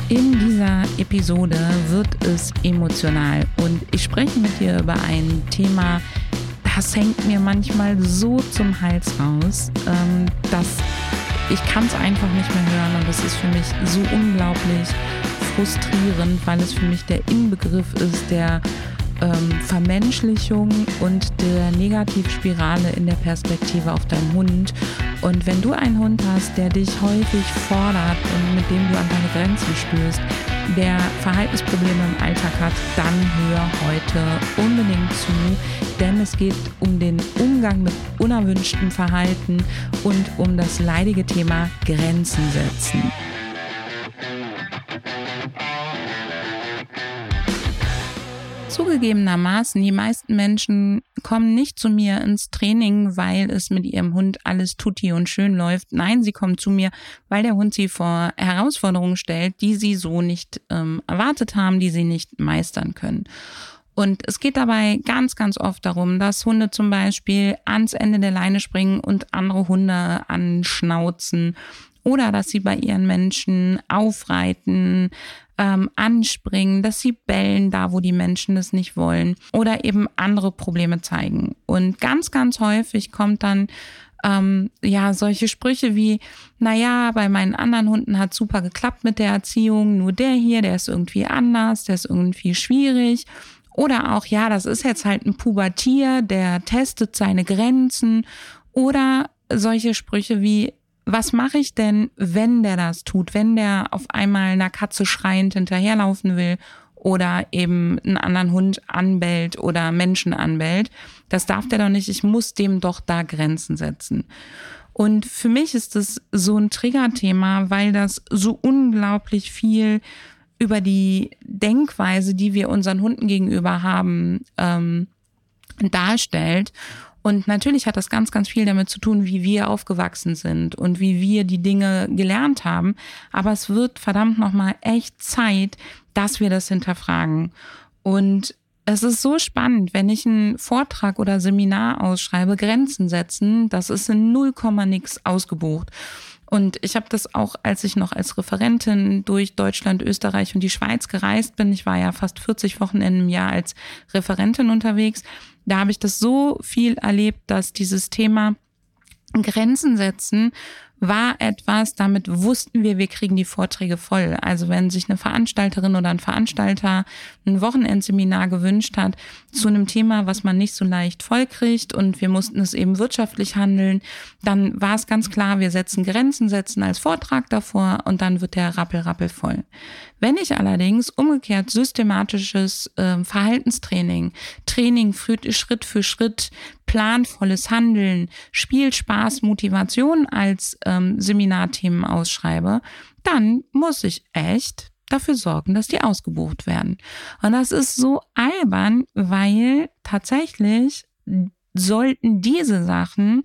In dieser Episode wird es emotional und ich spreche mit dir über ein Thema, das hängt mir manchmal so zum Hals raus, dass ich kann es einfach nicht mehr hören und das ist für mich so unglaublich frustrierend, weil es für mich der Inbegriff ist der Vermenschlichung und der Negativspirale in der Perspektive auf deinen Hund. Und wenn du einen Hund hast, der dich häufig fordert und mit dem du an deine Grenzen stößt, der Verhaltensprobleme im Alltag hat, dann hör heute unbedingt zu, denn es geht um den Umgang mit unerwünschtem Verhalten und um das leidige Thema Grenzen setzen. Zugegebenermaßen, die meisten Menschen kommen nicht zu mir ins Training, weil es mit ihrem Hund alles tutti und schön läuft. Nein, sie kommen zu mir, weil der Hund sie vor Herausforderungen stellt, die sie so nicht erwartet haben, die sie nicht meistern können. Und es geht dabei ganz, ganz oft darum, dass Hunde zum Beispiel ans Ende der Leine springen und andere Hunde anschnauzen oder dass sie bei ihren Menschen aufreiten, anspringen, dass sie bellen da, wo die Menschen das nicht wollen oder eben andere Probleme zeigen. Und ganz, ganz häufig kommt dann solche Sprüche wie, naja, bei meinen anderen Hunden hat super geklappt mit der Erziehung, nur der hier, der ist irgendwie anders, der ist irgendwie schwierig. Oder auch, ja, das ist jetzt halt ein Pubertier, der testet seine Grenzen. Oder solche Sprüche wie, was mache ich denn, wenn der das tut, wenn der auf einmal einer Katze schreiend hinterherlaufen will oder eben einen anderen Hund anbellt oder Menschen anbellt? Das darf der doch nicht, ich muss dem doch da Grenzen setzen. Und für mich ist das so ein Triggerthema, weil das so unglaublich viel über die Denkweise, die wir unseren Hunden gegenüber haben, darstellt. Und natürlich hat das ganz, ganz viel damit zu tun, wie wir aufgewachsen sind und wie wir die Dinge gelernt haben. Aber es wird verdammt nochmal echt Zeit, dass wir das hinterfragen. Und es ist so spannend, wenn ich einen Vortrag oder Seminar ausschreibe, Grenzen setzen, das ist in 0, nix ausgebucht. Und ich habe das auch, als ich noch als Referentin durch Deutschland, Österreich und die Schweiz gereist bin, ich war ja fast 40 Wochenenden im Jahr als Referentin unterwegs, da habe ich das so viel erlebt, dass dieses Thema Grenzen setzen war etwas, damit wussten wir kriegen die Vorträge voll. Also wenn sich eine Veranstalterin oder ein Veranstalter ein Wochenendseminar gewünscht hat zu einem Thema, was man nicht so leicht vollkriegt und wir mussten es eben wirtschaftlich handeln, dann war es ganz klar, wir setzen Grenzen setzen als Vortrag davor und dann wird der rappel voll. Wenn ich allerdings umgekehrt systematisches Verhaltenstraining, Training Schritt für Schritt, planvolles Handeln, Spiel, Spaß, Motivation als Seminarthemen ausschreibe, dann muss ich echt dafür sorgen, dass die ausgebucht werden. Und das ist so albern, weil tatsächlich sollten diese Sachen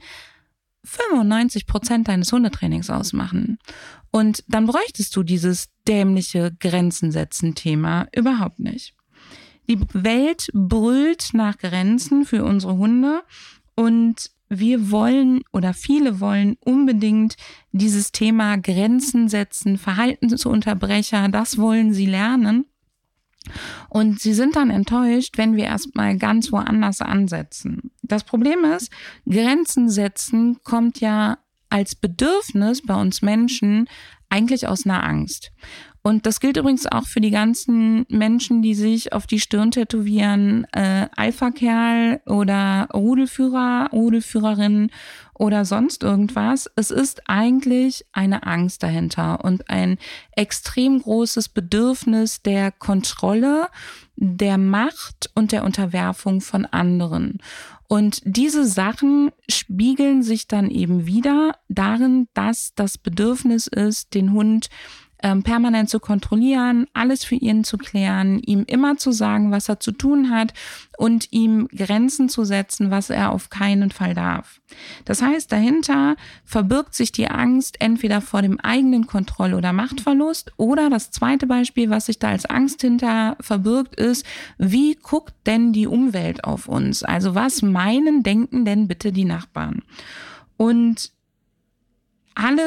95% deines Hundetrainings ausmachen. Und dann bräuchtest du dieses dämliche Grenzen-Setzen-Thema überhaupt nicht. Die Welt brüllt nach Grenzen für unsere Hunde und wir wollen oder viele wollen unbedingt dieses Thema Grenzen setzen, Verhaltensunterbrecher, das wollen sie lernen. Und sie sind dann enttäuscht, wenn wir erstmal ganz woanders ansetzen. Das Problem ist, Grenzen setzen kommt ja als Bedürfnis bei uns Menschen eigentlich aus einer Angst. Und das gilt übrigens auch für die ganzen Menschen, die sich auf die Stirn tätowieren, Alpha-Kerl oder Rudelführer, Rudelführerin oder sonst irgendwas. Es ist eigentlich eine Angst dahinter und ein extrem großes Bedürfnis der Kontrolle, der Macht und der Unterwerfung von anderen. Und diese Sachen spiegeln sich dann eben wieder darin, dass das Bedürfnis ist, den Hund permanent zu kontrollieren, alles für ihn zu klären, ihm immer zu sagen, was er zu tun hat und ihm Grenzen zu setzen, was er auf keinen Fall darf. Das heißt, dahinter verbirgt sich die Angst entweder vor dem eigenen Kontroll- oder Machtverlust oder das zweite Beispiel, was sich da als Angst hinter verbirgt, ist, wie guckt denn die Umwelt auf uns? Also was denken denn bitte die Nachbarn? Und alles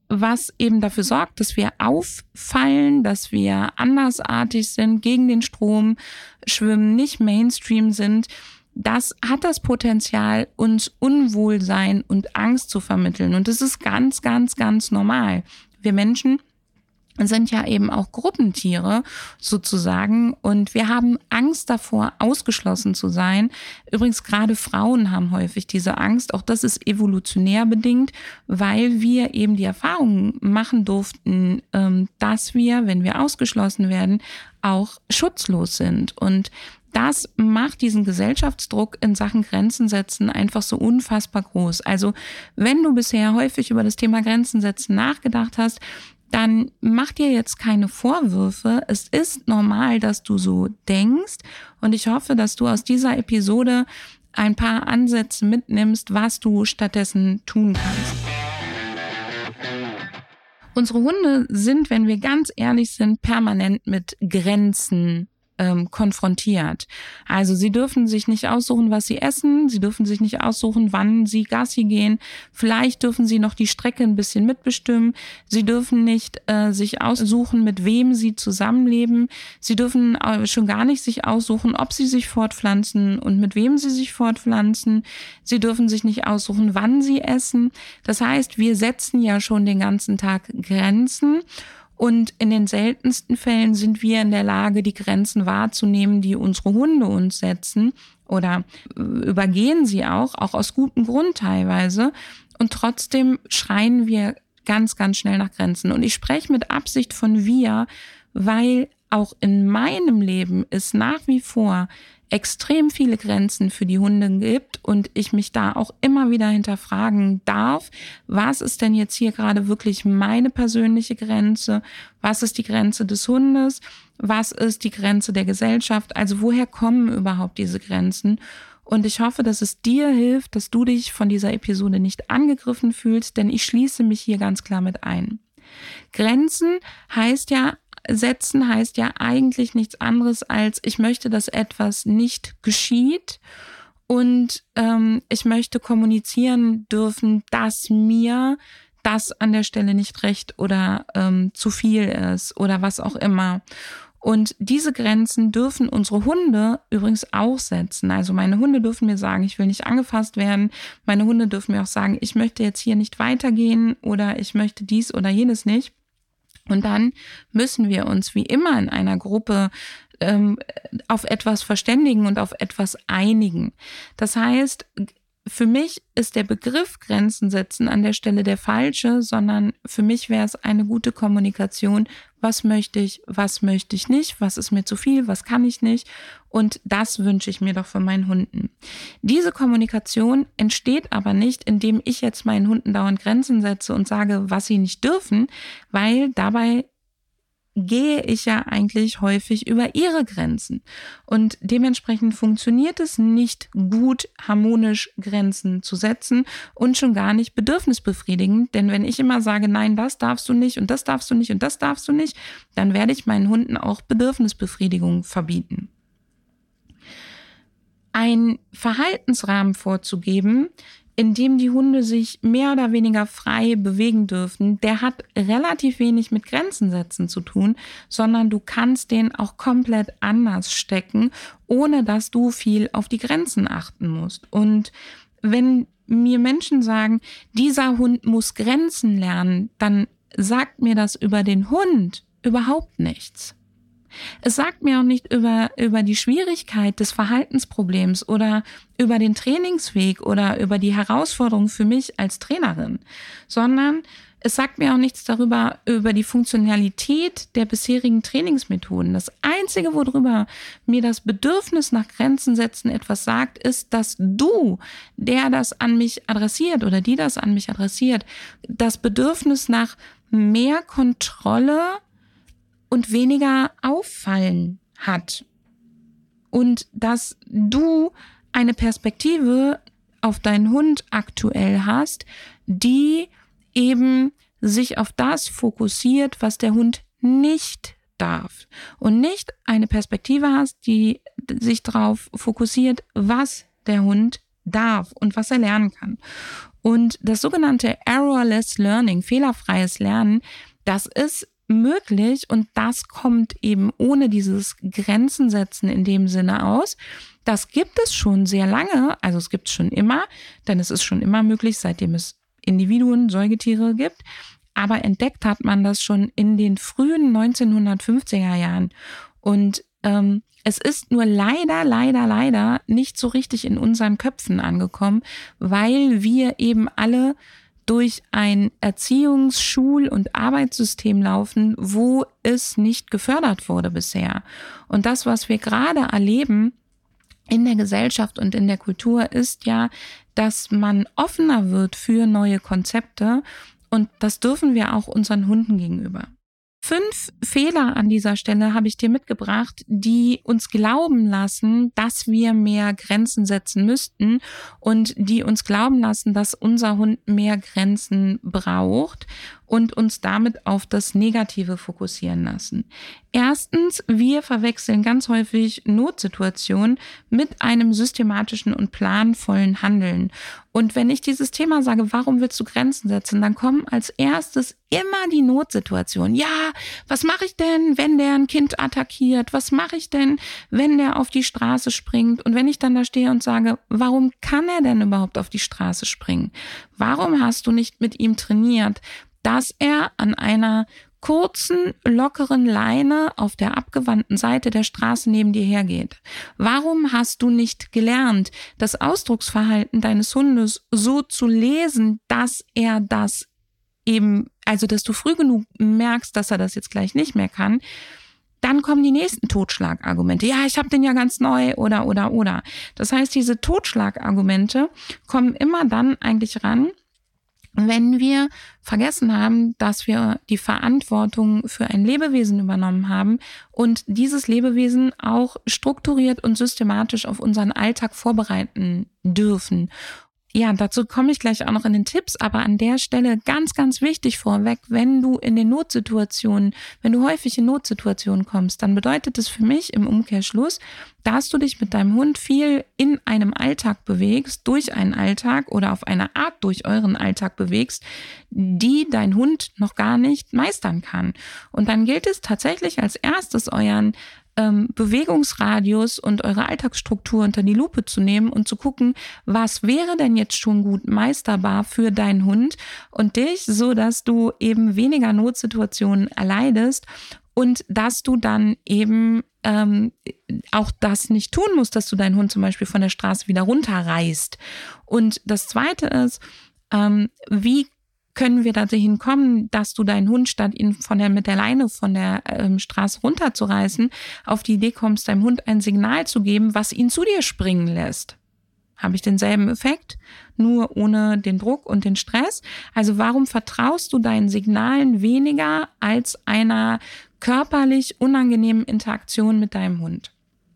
was eben dafür sorgt, dass wir auffallen, dass wir andersartig sind, gegen den Strom schwimmen, nicht Mainstream sind, das hat das Potenzial, uns Unwohlsein und Angst zu vermitteln. Und das ist ganz, ganz, ganz normal. Wir Menschen sind ja eben auch Gruppentiere sozusagen und wir haben Angst davor, ausgeschlossen zu sein. Übrigens gerade Frauen haben häufig diese Angst. Auch das ist evolutionär bedingt, weil wir eben die Erfahrung machen durften, dass wir, wenn wir ausgeschlossen werden, auch schutzlos sind. Und das macht diesen Gesellschaftsdruck in Sachen Grenzen setzen einfach so unfassbar groß. Also wenn du bisher häufig über das Thema Grenzen setzen nachgedacht hast, dann mach dir jetzt keine Vorwürfe. Es ist normal, dass du so denkst. Und ich hoffe, dass du aus dieser Episode ein paar Ansätze mitnimmst, was du stattdessen tun kannst. Unsere Hunde sind, wenn wir ganz ehrlich sind, permanent mit Grenzen konfrontiert. Also sie dürfen sich nicht aussuchen, was sie essen, sie dürfen sich nicht aussuchen, wann sie Gassi gehen, vielleicht dürfen sie noch die Strecke ein bisschen mitbestimmen, sie dürfen nicht sich aussuchen, mit wem sie zusammenleben, sie dürfen schon gar nicht sich aussuchen, ob sie sich fortpflanzen und mit wem sie sich fortpflanzen, sie dürfen sich nicht aussuchen, wann sie essen. Das heißt, wir setzen ja schon den ganzen Tag Grenzen. Und in den seltensten Fällen sind wir in der Lage, die Grenzen wahrzunehmen, die unsere Hunde uns setzen oder übergehen sie auch aus gutem Grund teilweise. Und trotzdem schreien wir ganz, ganz schnell nach Grenzen. Und ich spreche mit Absicht von wir, weil auch in meinem Leben es nach wie vor extrem viele Grenzen für die Hunde gibt und ich mich da auch immer wieder hinterfragen darf, was ist denn jetzt hier gerade wirklich meine persönliche Grenze, was ist die Grenze des Hundes, was ist die Grenze der Gesellschaft, also woher kommen überhaupt diese Grenzen? Und ich hoffe, dass es dir hilft, dass du dich von dieser Episode nicht angegriffen fühlst, denn ich schließe mich hier ganz klar mit ein. Grenzen setzen heißt ja eigentlich nichts anderes als, ich möchte, dass etwas nicht geschieht und ich möchte kommunizieren dürfen, dass mir das an der Stelle nicht recht oder zu viel ist oder was auch immer. Und diese Grenzen dürfen unsere Hunde übrigens auch setzen. Also meine Hunde dürfen mir sagen, ich will nicht angefasst werden. Meine Hunde dürfen mir auch sagen, ich möchte jetzt hier nicht weitergehen oder ich möchte dies oder jenes nicht. Und dann müssen wir uns wie immer in einer Gruppe auf etwas verständigen und auf etwas einigen. Das heißt, für mich ist der Begriff Grenzen setzen an der Stelle der falsche, sondern für mich wäre es eine gute Kommunikation. Was möchte ich nicht? Was ist mir zu viel? Was kann ich nicht? Und das wünsche ich mir doch von meinen Hunden. Diese Kommunikation entsteht aber nicht, indem ich jetzt meinen Hunden dauernd Grenzen setze und sage, was sie nicht dürfen, weil dabei gehe ich ja eigentlich häufig über ihre Grenzen. Und dementsprechend funktioniert es nicht gut, harmonisch Grenzen zu setzen und schon gar nicht bedürfnisbefriedigend. Denn wenn ich immer sage, nein, das darfst du nicht und das darfst du nicht und das darfst du nicht, dann werde ich meinen Hunden auch Bedürfnisbefriedigung verbieten. Einen Verhaltensrahmen vorzugeben, in dem die Hunde sich mehr oder weniger frei bewegen dürfen, der hat relativ wenig mit Grenzen setzen zu tun, sondern du kannst den auch komplett anders stecken, ohne dass du viel auf die Grenzen achten musst. Und wenn mir Menschen sagen, dieser Hund muss Grenzen lernen, dann sagt mir das über den Hund überhaupt nichts. Es sagt mir auch nicht über die Schwierigkeit des Verhaltensproblems oder über den Trainingsweg oder über die Herausforderung für mich als Trainerin, sondern es sagt mir auch nichts darüber, über die Funktionalität der bisherigen Trainingsmethoden. Das Einzige, worüber mir das Bedürfnis nach Grenzen setzen etwas sagt, ist, dass du, der das an mich adressiert oder die das an mich adressiert, das Bedürfnis nach mehr Kontrolle und weniger Auffallen hat. Und dass du eine Perspektive auf deinen Hund aktuell hast, die eben sich auf das fokussiert, was der Hund nicht darf. Und nicht eine Perspektive hast, die sich darauf fokussiert, was der Hund darf und was er lernen kann. Und das sogenannte Errorless Learning, fehlerfreies Lernen, das ist möglich und das kommt eben ohne dieses Grenzen setzen in dem Sinne aus. Das gibt es schon sehr lange, also es gibt es schon immer, denn es ist schon immer möglich, seitdem es Individuen, Säugetiere gibt. Aber entdeckt hat man das schon in den frühen 1950er Jahren. Und es ist nur leider nicht so richtig in unseren Köpfen angekommen, weil wir eben alle durch ein Erziehungs-, Schul- und Arbeitssystem laufen, wo es nicht gefördert wurde bisher. Und das, was wir gerade erleben in der Gesellschaft und in der Kultur, ist ja, dass man offener wird für neue Konzepte. Und das dürfen wir auch unseren Hunden gegenüber. 5 Fehler an dieser Stelle habe ich dir mitgebracht, die uns glauben lassen, dass wir mehr Grenzen setzen müssten und die uns glauben lassen, dass unser Hund mehr Grenzen braucht und uns damit auf das Negative fokussieren lassen. Erstens, wir verwechseln ganz häufig Notsituationen mit einem systematischen und planvollen Handeln. Und wenn ich dieses Thema sage, warum willst du Grenzen setzen, dann kommen als erstes immer die Notsituation. Ja, was mache ich denn, wenn der ein Kind attackiert? Was mache ich denn, wenn der auf die Straße springt? Und wenn ich dann da stehe und sage, warum kann er denn überhaupt auf die Straße springen? Warum hast du nicht mit ihm trainiert, dass er an einer kurzen, lockeren Leine auf der abgewandten Seite der Straße neben dir hergeht? Warum hast du nicht gelernt, das Ausdrucksverhalten deines Hundes so zu lesen, dass er das eben, also dass du früh genug merkst, dass er das jetzt gleich nicht mehr kann? Dann kommen die nächsten Totschlagargumente. Ja, ich habe den ja ganz neu oder. Das heißt, diese Totschlagargumente kommen immer dann eigentlich ran, wenn wir vergessen haben, dass wir die Verantwortung für ein Lebewesen übernommen haben und dieses Lebewesen auch strukturiert und systematisch auf unseren Alltag vorbereiten dürfen. Ja, dazu komme ich gleich auch noch in den Tipps, aber an der Stelle ganz, ganz wichtig vorweg, wenn du häufig in Notsituationen kommst, dann bedeutet es für mich im Umkehrschluss, dass du dich mit deinem Hund viel in einem Alltag bewegst, durch einen Alltag oder auf eine Art durch euren Alltag bewegst, die dein Hund noch gar nicht meistern kann. Und dann gilt es tatsächlich als erstes, euren Bewegungsradius und eure Alltagsstruktur unter die Lupe zu nehmen und zu gucken, was wäre denn jetzt schon gut meisterbar für deinen Hund und dich, so dass du eben weniger Notsituationen erleidest und dass du dann eben auch das nicht tun musst, dass du deinen Hund zum Beispiel von der Straße wieder runterreißt. Und das Zweite ist, wie können wir dahin kommen, dass du deinen Hund, statt ihn mit der Leine von der Straße runterzureißen, auf die Idee kommst, deinem Hund ein Signal zu geben, was ihn zu dir springen lässt? Habe ich denselben Effekt, nur ohne den Druck und den Stress? Also warum vertraust du deinen Signalen weniger als einer körperlich unangenehmen Interaktion mit deinem Hund?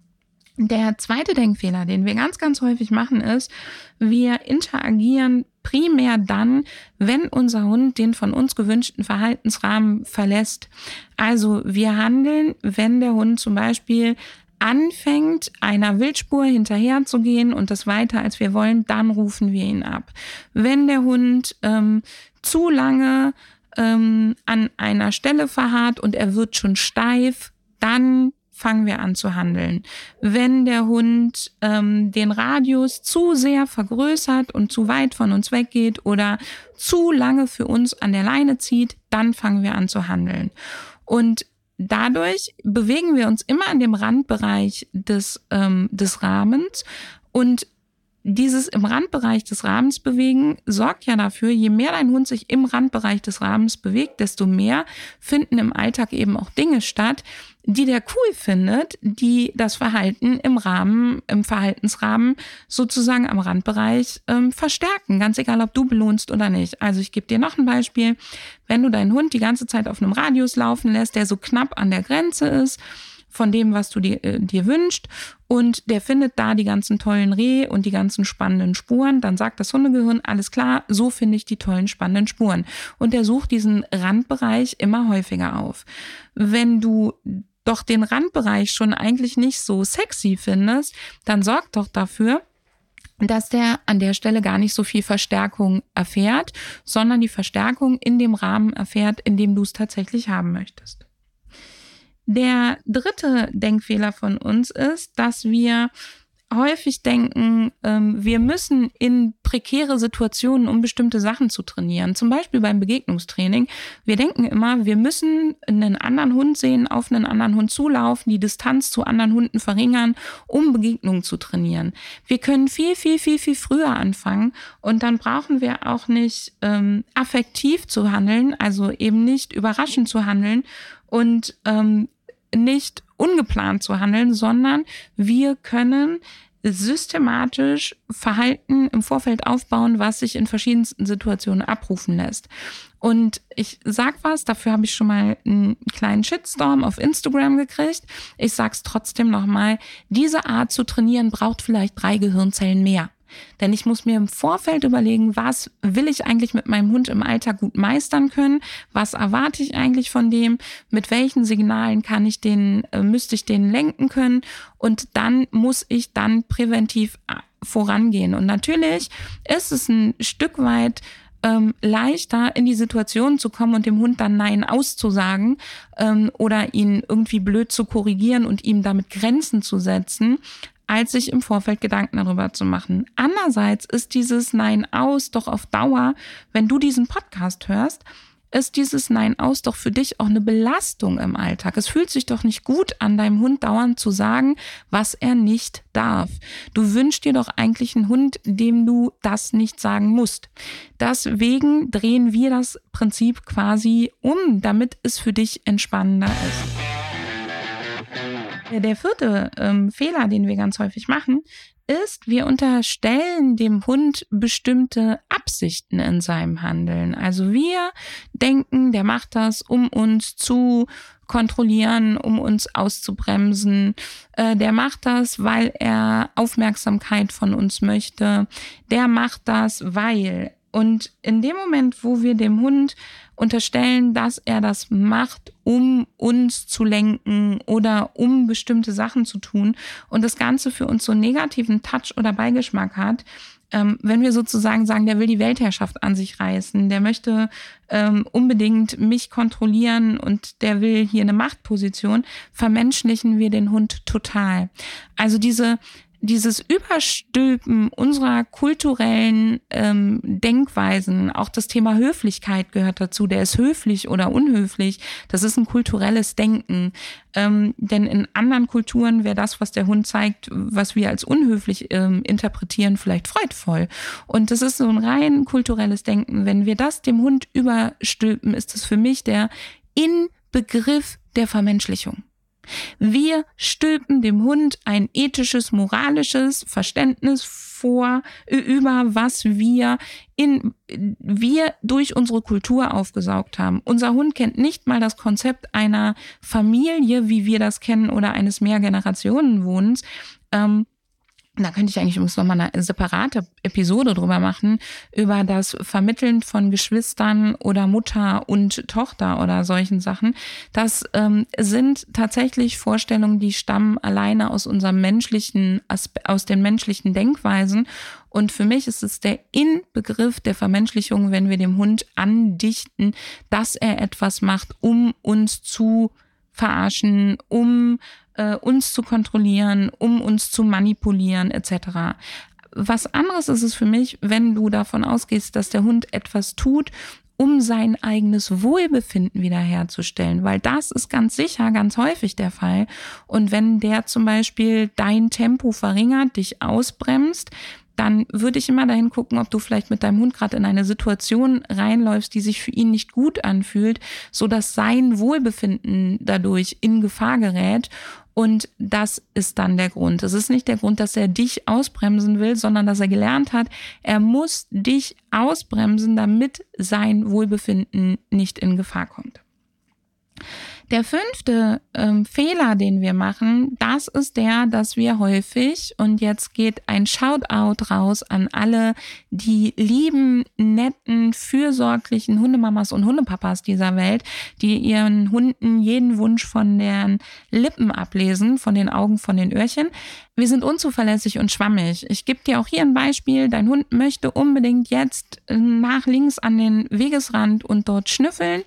Der zweite Denkfehler, den wir ganz, ganz häufig machen, ist, wir interagieren primär dann, wenn unser Hund den von uns gewünschten Verhaltensrahmen verlässt. Also wir handeln, wenn der Hund zum Beispiel anfängt, einer Wildspur hinterher zu gehen und das weiter als wir wollen, dann rufen wir ihn ab. Wenn der Hund zu lange an einer Stelle verharrt und er wird schon steif, dann fangen wir an zu handeln. Wenn der Hund den Radius zu sehr vergrößert und zu weit von uns weggeht oder zu lange für uns an der Leine zieht, dann fangen wir an zu handeln. Und dadurch bewegen wir uns immer in dem Randbereich des Rahmens und dieses im Randbereich des Rahmens bewegen sorgt ja dafür, je mehr dein Hund sich im Randbereich des Rahmens bewegt, desto mehr finden im Alltag eben auch Dinge statt, die der cool findet, die das Verhalten im Verhaltensrahmen sozusagen am Randbereich verstärken. Ganz egal, ob du belohnst oder nicht. Also ich gebe dir noch ein Beispiel. Wenn du deinen Hund die ganze Zeit auf einem Radius laufen lässt, der so knapp an der Grenze ist, von dem, was du dir wünschst, und der findet da die ganzen tollen Rehe und die ganzen spannenden Spuren, dann sagt das Hundegehirn, alles klar, so finde ich die tollen spannenden Spuren. Und der sucht diesen Randbereich immer häufiger auf. Wenn du doch den Randbereich schon eigentlich nicht so sexy findest, dann sorg doch dafür, dass der an der Stelle gar nicht so viel Verstärkung erfährt, sondern die Verstärkung in dem Rahmen erfährt, in dem du es tatsächlich haben möchtest. Der dritte Denkfehler von uns ist, dass wir häufig denken, wir müssen in prekäre Situationen, um bestimmte Sachen zu trainieren. Zum Beispiel beim Begegnungstraining. Wir denken immer, wir müssen einen anderen Hund sehen, auf einen anderen Hund zulaufen, die Distanz zu anderen Hunden verringern, um Begegnungen zu trainieren. Wir können viel früher anfangen und dann brauchen wir auch nicht affektiv zu handeln, also eben nicht überraschend zu handeln und nicht ungeplant zu handeln, sondern wir können systematisch Verhalten im Vorfeld aufbauen, was sich in verschiedensten Situationen abrufen lässt. Und ich sag was, dafür habe ich schon mal einen kleinen Shitstorm auf Instagram gekriegt. Ich sag's trotzdem nochmal, diese Art zu trainieren braucht vielleicht 3 Gehirnzellen mehr. Denn ich muss mir im Vorfeld überlegen, was will ich eigentlich mit meinem Hund im Alltag gut meistern können? Was erwarte ich eigentlich von dem? Mit welchen Signalen müsste ich den lenken können? Und dann muss ich dann präventiv vorangehen. Und natürlich ist es ein Stück weit leichter in die Situation zu kommen und dem Hund dann Nein auszusagen oder ihn irgendwie blöd zu korrigieren und ihm damit Grenzen zu setzen, als sich im Vorfeld Gedanken darüber zu machen. Andererseits ist dieses Nein aus doch auf Dauer, wenn du diesen Podcast hörst, ist dieses Nein aus doch für dich auch eine Belastung im Alltag. Es fühlt sich doch nicht gut an, deinem Hund dauernd zu sagen, was er nicht darf. Du wünschst dir doch eigentlich einen Hund, dem du das nicht sagen musst. Deswegen drehen wir das Prinzip quasi um, damit es für dich entspannender ist. Der vierte Fehler, den wir ganz häufig machen, ist, wir unterstellen dem Hund bestimmte Absichten in seinem Handeln. Also wir denken, der macht das, um uns zu kontrollieren, um uns auszubremsen. Der macht das, weil er Aufmerksamkeit von uns möchte. Der macht das, weil. Und in dem Moment, wo wir dem Hund unterstellen, dass er das macht, um uns zu lenken oder um bestimmte Sachen zu tun und das Ganze für uns so einen negativen Touch oder Beigeschmack hat, wenn wir sozusagen sagen, der will die Weltherrschaft an sich reißen, der möchte unbedingt mich kontrollieren und der will hier eine Machtposition, vermenschlichen wir den Hund total. Also dieses Überstülpen unserer kulturellen Denkweisen, auch das Thema Höflichkeit gehört dazu, der ist höflich oder unhöflich, das ist ein kulturelles Denken. Denn in anderen Kulturen wäre das, was der Hund zeigt, was wir als unhöflich interpretieren, vielleicht freudvoll. Und das ist so ein rein kulturelles Denken. Wenn wir das dem Hund überstülpen, ist das für mich der Inbegriff der Vermenschlichung. Wir stülpen dem Hund ein ethisches, moralisches Verständnis vor, über was wir durch unsere Kultur aufgesaugt haben. Unser Hund kennt nicht mal das Konzept einer Familie, wie wir das kennen, oder eines Mehrgenerationenwohnens. Da könnte ich eigentlich übrigens nochmal eine separate Episode drüber machen, über das Vermitteln von Geschwistern oder Mutter und Tochter oder solchen Sachen. Das sind tatsächlich Vorstellungen, die stammen alleine aus unserem aus den menschlichen Denkweisen. Und für mich ist es der Inbegriff der Vermenschlichung, wenn wir dem Hund andichten, dass er etwas macht, um uns zu verarschen, um uns zu kontrollieren, um uns zu manipulieren etc. Was anderes ist es für mich, wenn du davon ausgehst, dass der Hund etwas tut, um sein eigenes Wohlbefinden wiederherzustellen, weil das ist ganz sicher ganz häufig der Fall. Und wenn der zum Beispiel dein Tempo verringert, dich ausbremst, dann würde ich immer dahin gucken, ob du vielleicht mit deinem Hund gerade in eine Situation reinläufst, die sich für ihn nicht gut anfühlt, so dass sein Wohlbefinden dadurch in Gefahr gerät. Und das ist dann der Grund. Es ist nicht der Grund, dass er dich ausbremsen will, sondern dass er gelernt hat, er muss dich ausbremsen, damit sein Wohlbefinden nicht in Gefahr kommt. Der 5. Fehler, den wir machen, das ist der, dass wir häufig, und jetzt geht ein Shoutout raus an alle die lieben, netten, fürsorglichen Hundemamas und Hundepapas dieser Welt, die ihren Hunden jeden Wunsch von den Lippen ablesen, von den Augen, von den Öhrchen. Wir sind unzuverlässig und schwammig. Ich gebe dir auch hier ein Beispiel. Dein Hund möchte unbedingt jetzt nach links an den Wegesrand und dort schnüffeln.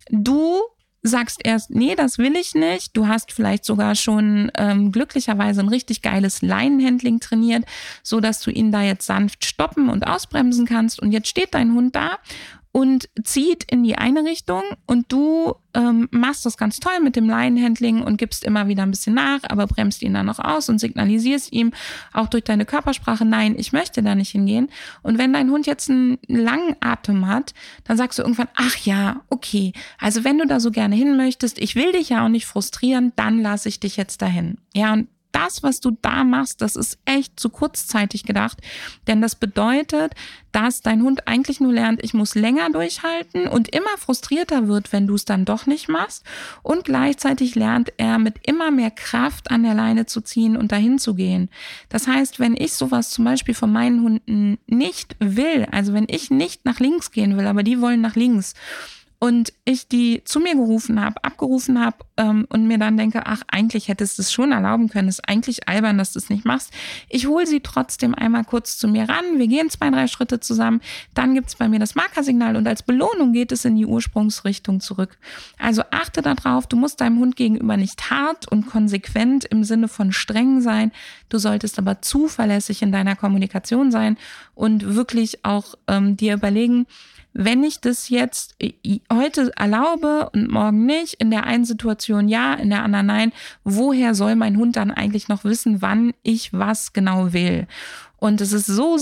Du sagst erst, nee, das will ich nicht. Du hast vielleicht sogar schon glücklicherweise ein richtig geiles Leinenhandling trainiert, so dass du ihn da jetzt sanft stoppen und ausbremsen kannst. Und jetzt steht dein Hund da und zieht in die eine Richtung und du machst das ganz toll mit dem Leinenhandling und gibst immer wieder ein bisschen nach, aber bremst ihn dann noch aus und signalisierst ihm auch durch deine Körpersprache, nein, ich möchte da nicht hingehen. Und wenn dein Hund jetzt einen langen Atem hat, dann sagst du irgendwann, ach ja, okay, also wenn du da so gerne hin möchtest, ich will dich ja auch nicht frustrieren, dann lasse ich dich jetzt dahin. Ja, und das, was du da machst, das ist echt zu kurzzeitig gedacht, denn das bedeutet, dass dein Hund eigentlich nur lernt, ich muss länger durchhalten und immer frustrierter wird, wenn du es dann doch nicht machst, und gleichzeitig lernt er mit immer mehr Kraft an der Leine zu ziehen und dahin zu gehen. Das heißt, wenn ich sowas zum Beispiel von meinen Hunden nicht will, also wenn ich nicht nach links gehen will, aber die wollen nach links, und ich die zu mir abgerufen habe und mir dann denke, ach, eigentlich hättest du es schon erlauben können, ist eigentlich albern, dass du es nicht machst. Ich hole sie trotzdem einmal kurz zu mir ran, wir gehen 2-3 Schritte zusammen, dann gibt es bei mir das Markersignal und als Belohnung geht es in die Ursprungsrichtung zurück. Also achte darauf, du musst deinem Hund gegenüber nicht hart und konsequent im Sinne von streng sein, du solltest aber zuverlässig in deiner Kommunikation sein und wirklich auch dir überlegen, wenn ich das jetzt heute erlaube und morgen nicht, in der einen Situation ja, in der anderen nein, woher soll mein Hund dann eigentlich noch wissen, wann ich was genau will? Und es ist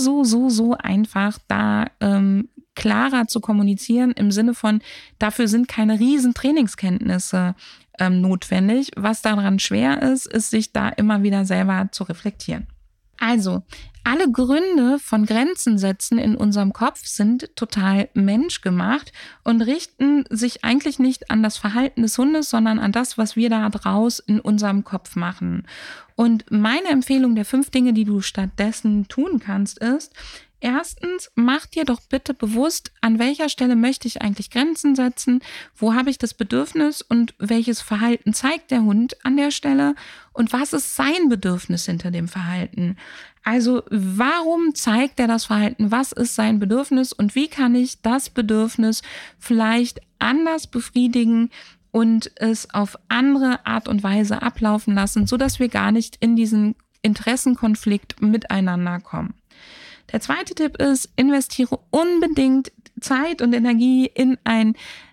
so einfach, da klarer zu kommunizieren im Sinne von, dafür sind keine riesen Trainingskenntnisse notwendig. Was daran schwer ist, ist sich da immer wieder selber zu reflektieren. Also, alle Gründe von Grenzen setzen in unserem Kopf sind total menschgemacht und richten sich eigentlich nicht an das Verhalten des Hundes, sondern an das, was wir da draus in unserem Kopf machen. Und meine Empfehlung der 5 Dinge, die du stattdessen tun kannst, ist, erstens, mach dir doch bitte bewusst, an welcher Stelle möchte ich eigentlich Grenzen setzen, wo habe ich das Bedürfnis und welches Verhalten zeigt der Hund an der Stelle und was ist sein Bedürfnis hinter dem Verhalten. Also warum zeigt er das Verhalten, was ist sein Bedürfnis und wie kann ich das Bedürfnis vielleicht anders befriedigen und es auf andere Art und Weise ablaufen lassen, sodass wir gar nicht in diesen Interessenkonflikt miteinander kommen. Der 2. Tipp ist, investiere unbedingt Zeit und Energie in einen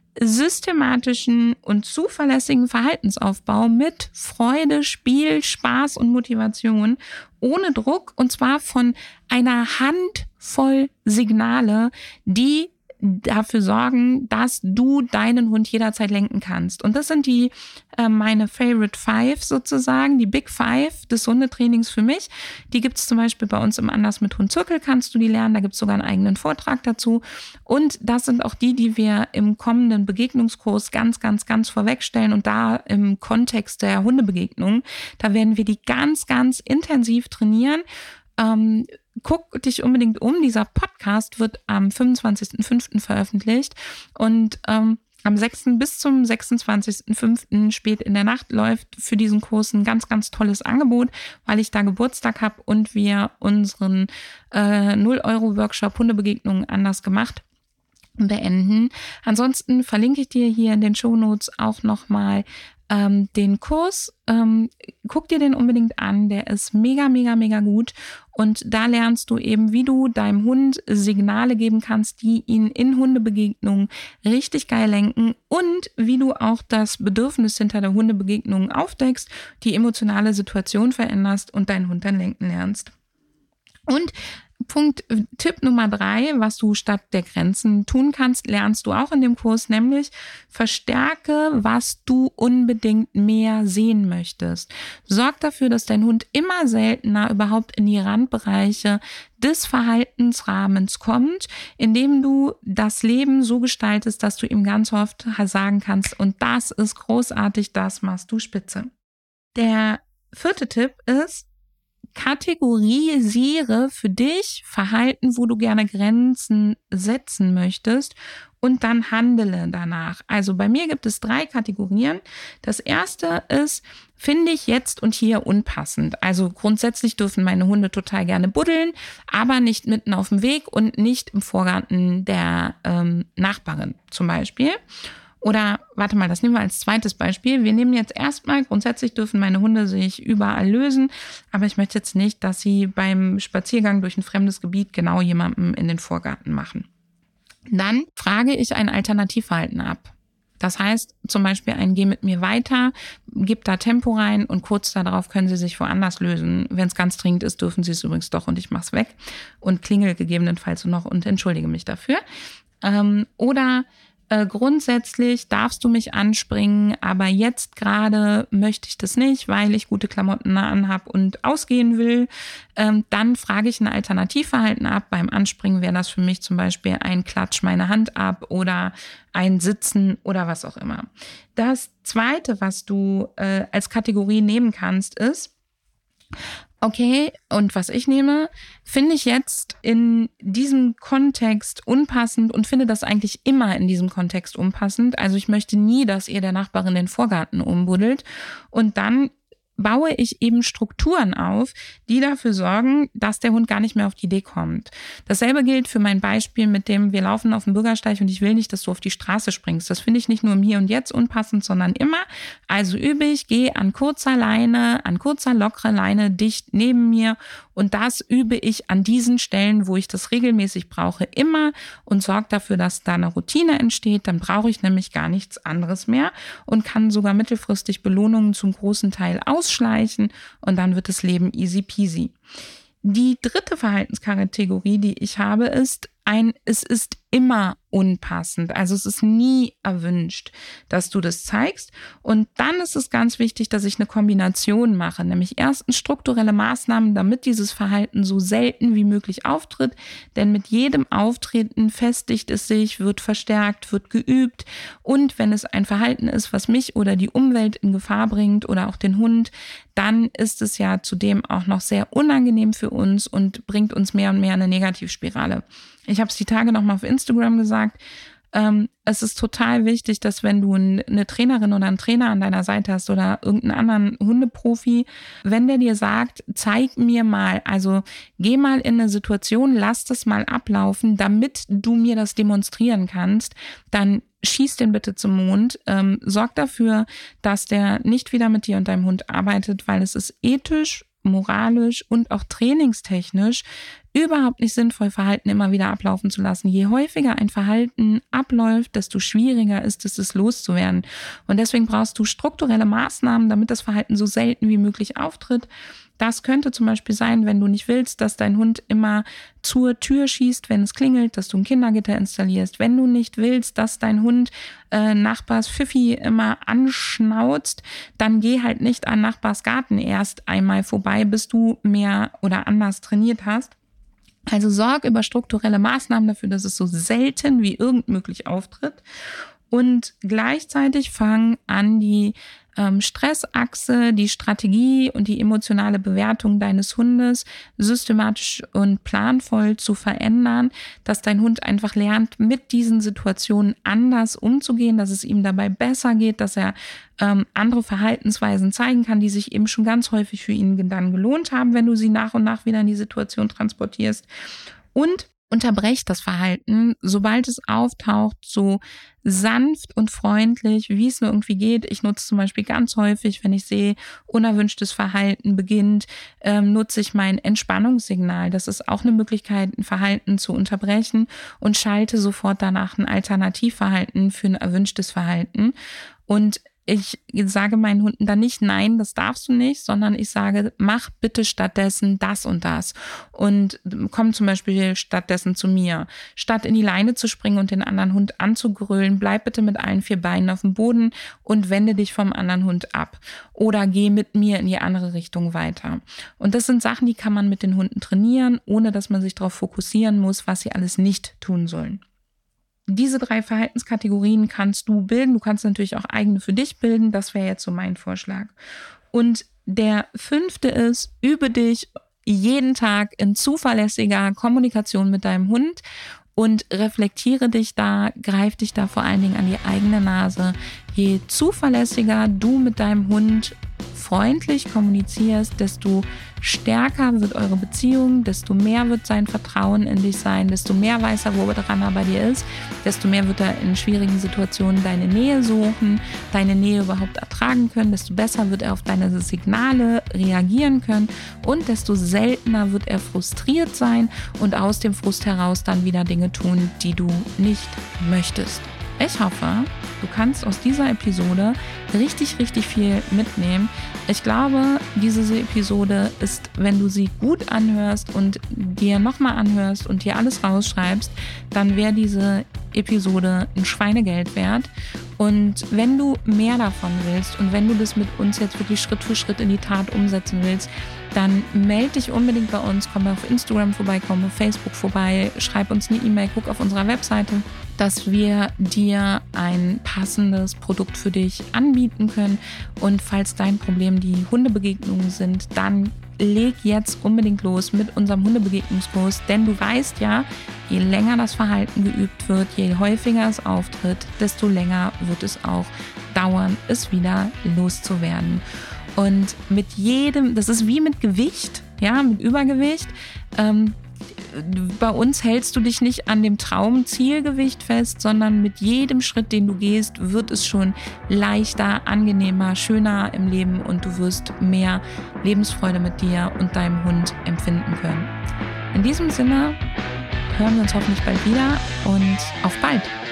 systematischen und zuverlässigen Verhaltensaufbau mit Freude, Spiel, Spaß und Motivation, ohne Druck, und zwar von einer Handvoll Signale, die dafür sorgen, dass du deinen Hund jederzeit lenken kannst. Und das sind die meine Favorite 5 sozusagen, die Big 5 des Hundetrainings für mich. Die gibt es zum Beispiel bei uns im Anders mit Hund Zirkel, kannst du die lernen. Da gibt es sogar einen eigenen Vortrag dazu. Und das sind auch die wir im kommenden Begegnungskurs ganz vorwegstellen. Und da im Kontext der Hundebegegnung, da werden wir die ganz intensiv trainieren. Guck dich unbedingt um. Dieser Podcast wird am 25.05. veröffentlicht und am 6. bis zum 26.05. spät in der Nacht läuft für diesen Kurs ein ganz tolles Angebot, weil ich da Geburtstag habe und wir unseren 0-Euro-Workshop Hundebegegnungen anders gemacht beenden. Ansonsten verlinke ich dir hier in den Shownotes auch nochmal den Kurs. Guck dir den unbedingt an, der ist mega gut und da lernst du eben, wie du deinem Hund Signale geben kannst, die ihn in Hundebegegnungen richtig geil lenken und wie du auch das Bedürfnis hinter der Hundebegegnung aufdeckst, die emotionale Situation veränderst und deinen Hund dann lenken lernst. Und Tipp Nummer 3, was du statt der Grenzen tun kannst, lernst du auch in dem Kurs, nämlich verstärke, was du unbedingt mehr sehen möchtest. Sorg dafür, dass dein Hund immer seltener überhaupt in die Randbereiche des Verhaltensrahmens kommt, indem du das Leben so gestaltest, dass du ihm ganz oft sagen kannst, und das ist großartig, das machst du spitze. Der 4. Tipp ist, kategorisiere für dich Verhalten, wo du gerne Grenzen setzen möchtest, und dann handele danach. Also bei mir gibt es 3 Kategorien. Das erste ist, finde ich jetzt und hier unpassend. Also grundsätzlich dürfen meine Hunde total gerne buddeln, aber nicht mitten auf dem Weg und nicht im Vorgarten der Nachbarin zum Beispiel. Oder, warte mal, das nehmen wir als zweites Beispiel. Wir nehmen jetzt erstmal, grundsätzlich dürfen meine Hunde sich überall lösen, aber ich möchte jetzt nicht, dass sie beim Spaziergang durch ein fremdes Gebiet genau jemandem in den Vorgarten machen. Dann frage ich ein Alternativverhalten ab. Das heißt zum Beispiel ein Geh mit mir weiter, gib da Tempo rein und kurz darauf können sie sich woanders lösen. Wenn es ganz dringend ist, dürfen sie es übrigens doch und ich mach's weg und klingel gegebenenfalls noch und entschuldige mich dafür. Oder grundsätzlich darfst du mich anspringen, aber jetzt gerade möchte ich das nicht, weil ich gute Klamotten anhab und ausgehen will. Dann frage ich ein Alternativverhalten ab. Beim Anspringen wäre das für mich zum Beispiel ein Klatsch meine Hand ab oder ein Sitzen oder was auch immer. Das Zweite, was du als Kategorie nehmen kannst, ist, okay, und was ich nehme, finde ich jetzt in diesem Kontext unpassend und finde das eigentlich immer in diesem Kontext unpassend. Also ich möchte nie, dass ihr der Nachbarin den Vorgarten umbuddelt. Und dann baue ich eben Strukturen auf, die dafür sorgen, dass der Hund gar nicht mehr auf die Idee kommt. Dasselbe gilt für mein Beispiel mit dem, wir laufen auf dem Bürgersteig und ich will nicht, dass du auf die Straße springst. Das finde ich nicht nur im Hier und Jetzt unpassend, sondern immer. Also übe ich, gehe an kurzer lockere Leine dicht neben mir und das übe ich an diesen Stellen, wo ich das regelmäßig brauche, immer und sorge dafür, dass da eine Routine entsteht. Dann brauche ich nämlich gar nichts anderes mehr und kann sogar mittelfristig Belohnungen zum großen Teil ausschleichen und dann wird das Leben easy peasy. Die 3. Verhaltenskategorie, die ich habe, ist es ist immer unpassend. Also es ist nie erwünscht, dass du das zeigst. Und dann ist es ganz wichtig, dass ich eine Kombination mache, nämlich erstens strukturelle Maßnahmen, damit dieses Verhalten so selten wie möglich auftritt. Denn mit jedem Auftreten festigt es sich, wird verstärkt, wird geübt. Und wenn es ein Verhalten ist, was mich oder die Umwelt in Gefahr bringt oder auch den Hund, dann ist es ja zudem auch noch sehr unangenehm für uns und bringt uns mehr und mehr in eine Negativspirale. Ich habe es die Tage nochmal auf Instagram gesagt, es ist total wichtig, dass wenn du eine Trainerin oder einen Trainer an deiner Seite hast oder irgendeinen anderen Hundeprofi, wenn der dir sagt, zeig mir mal, also geh mal in eine Situation, lass das mal ablaufen, damit du mir das demonstrieren kannst, dann schieß den bitte zum Mond, sorg dafür, dass der nicht wieder mit dir und deinem Hund arbeitet, weil es ist ethisch, moralisch und auch trainingstechnisch überhaupt nicht sinnvoll, Verhalten immer wieder ablaufen zu lassen. Je häufiger ein Verhalten abläuft, desto schwieriger ist es loszuwerden. Und deswegen brauchst du strukturelle Maßnahmen, damit das Verhalten so selten wie möglich auftritt. Das könnte zum Beispiel sein, wenn du nicht willst, dass dein Hund immer zur Tür schießt, wenn es klingelt, dass du ein Kindergitter installierst. Wenn du nicht willst, dass dein Hund Nachbars Pfiffi immer anschnauzt, dann geh halt nicht an Nachbars Garten erst einmal vorbei, bis du mehr oder anders trainiert hast. Also sorg über strukturelle Maßnahmen dafür, dass es so selten wie irgend möglich auftritt. Und gleichzeitig fang an, die Stressachse, die Strategie und die emotionale Bewertung deines Hundes systematisch und planvoll zu verändern, dass dein Hund einfach lernt, mit diesen Situationen anders umzugehen, dass es ihm dabei besser geht, dass er andere Verhaltensweisen zeigen kann, die sich eben schon ganz häufig für ihn dann gelohnt haben, wenn du sie nach und nach wieder in die Situation transportierst. Und unterbrech das Verhalten, sobald es auftaucht, so sanft und freundlich, wie es nur irgendwie geht. Ich nutze zum Beispiel ganz häufig, wenn ich sehe, unerwünschtes Verhalten beginnt, nutze ich mein Entspannungssignal. Das ist auch eine Möglichkeit, ein Verhalten zu unterbrechen und schalte sofort danach ein Alternativverhalten für ein erwünschtes Verhalten. Und ich sage meinen Hunden dann nicht, nein, das darfst du nicht, sondern ich sage, mach bitte stattdessen das und das. Und komm zum Beispiel stattdessen zu mir. Statt in die Leine zu springen und den anderen Hund anzugrölen, bleib bitte mit allen 4 Beinen auf dem Boden und wende dich vom anderen Hund ab. Oder geh mit mir in die andere Richtung weiter. Und das sind Sachen, die kann man mit den Hunden trainieren, ohne dass man sich darauf fokussieren muss, was sie alles nicht tun sollen. Diese 3 Verhaltenskategorien kannst du bilden. Du kannst natürlich auch eigene für dich bilden. Das wäre jetzt so mein Vorschlag. Und der 5. ist, übe dich jeden Tag in zuverlässiger Kommunikation mit deinem Hund und reflektiere dich da, greif dich da vor allen Dingen an die eigene Nase. Je zuverlässiger du mit deinem Hund freundlich kommunizierst, desto stärker wird eure Beziehung, desto mehr wird sein Vertrauen in dich sein, desto mehr weiß er, woran er bei dir ist, desto mehr wird er in schwierigen Situationen deine Nähe suchen, deine Nähe überhaupt ertragen können, desto besser wird er auf deine Signale reagieren können und desto seltener wird er frustriert sein und aus dem Frust heraus dann wieder Dinge tun, die du nicht möchtest. Ich hoffe, du kannst aus dieser Episode richtig, richtig viel mitnehmen. Ich glaube, diese Episode ist, wenn du sie gut anhörst und dir nochmal anhörst und dir alles rausschreibst, dann wäre diese Episode ein Schweinegeld wert. Und wenn du mehr davon willst und wenn du das mit uns jetzt wirklich Schritt für Schritt in die Tat umsetzen willst, dann melde dich unbedingt bei uns, komm auf Instagram vorbei, komm auf Facebook vorbei, schreib uns eine E-Mail, guck auf unserer Webseite, dass wir dir ein passendes Produkt für dich anbieten können. Und falls dein Problem die Hundebegegnungen sind, dann leg jetzt unbedingt los mit unserem Hundebegegnungskurs, denn du weißt ja, je länger das Verhalten geübt wird, je häufiger es auftritt, desto länger wird es auch dauern, es wieder loszuwerden. Und mit jedem, das ist wie mit Gewicht, ja, mit Übergewicht. Bei uns hältst du dich nicht an dem Traumzielgewicht fest, sondern mit jedem Schritt, den du gehst, wird es schon leichter, angenehmer, schöner im Leben und du wirst mehr Lebensfreude mit dir und deinem Hund empfinden können. In diesem Sinne hören wir uns hoffentlich bald wieder und auf bald!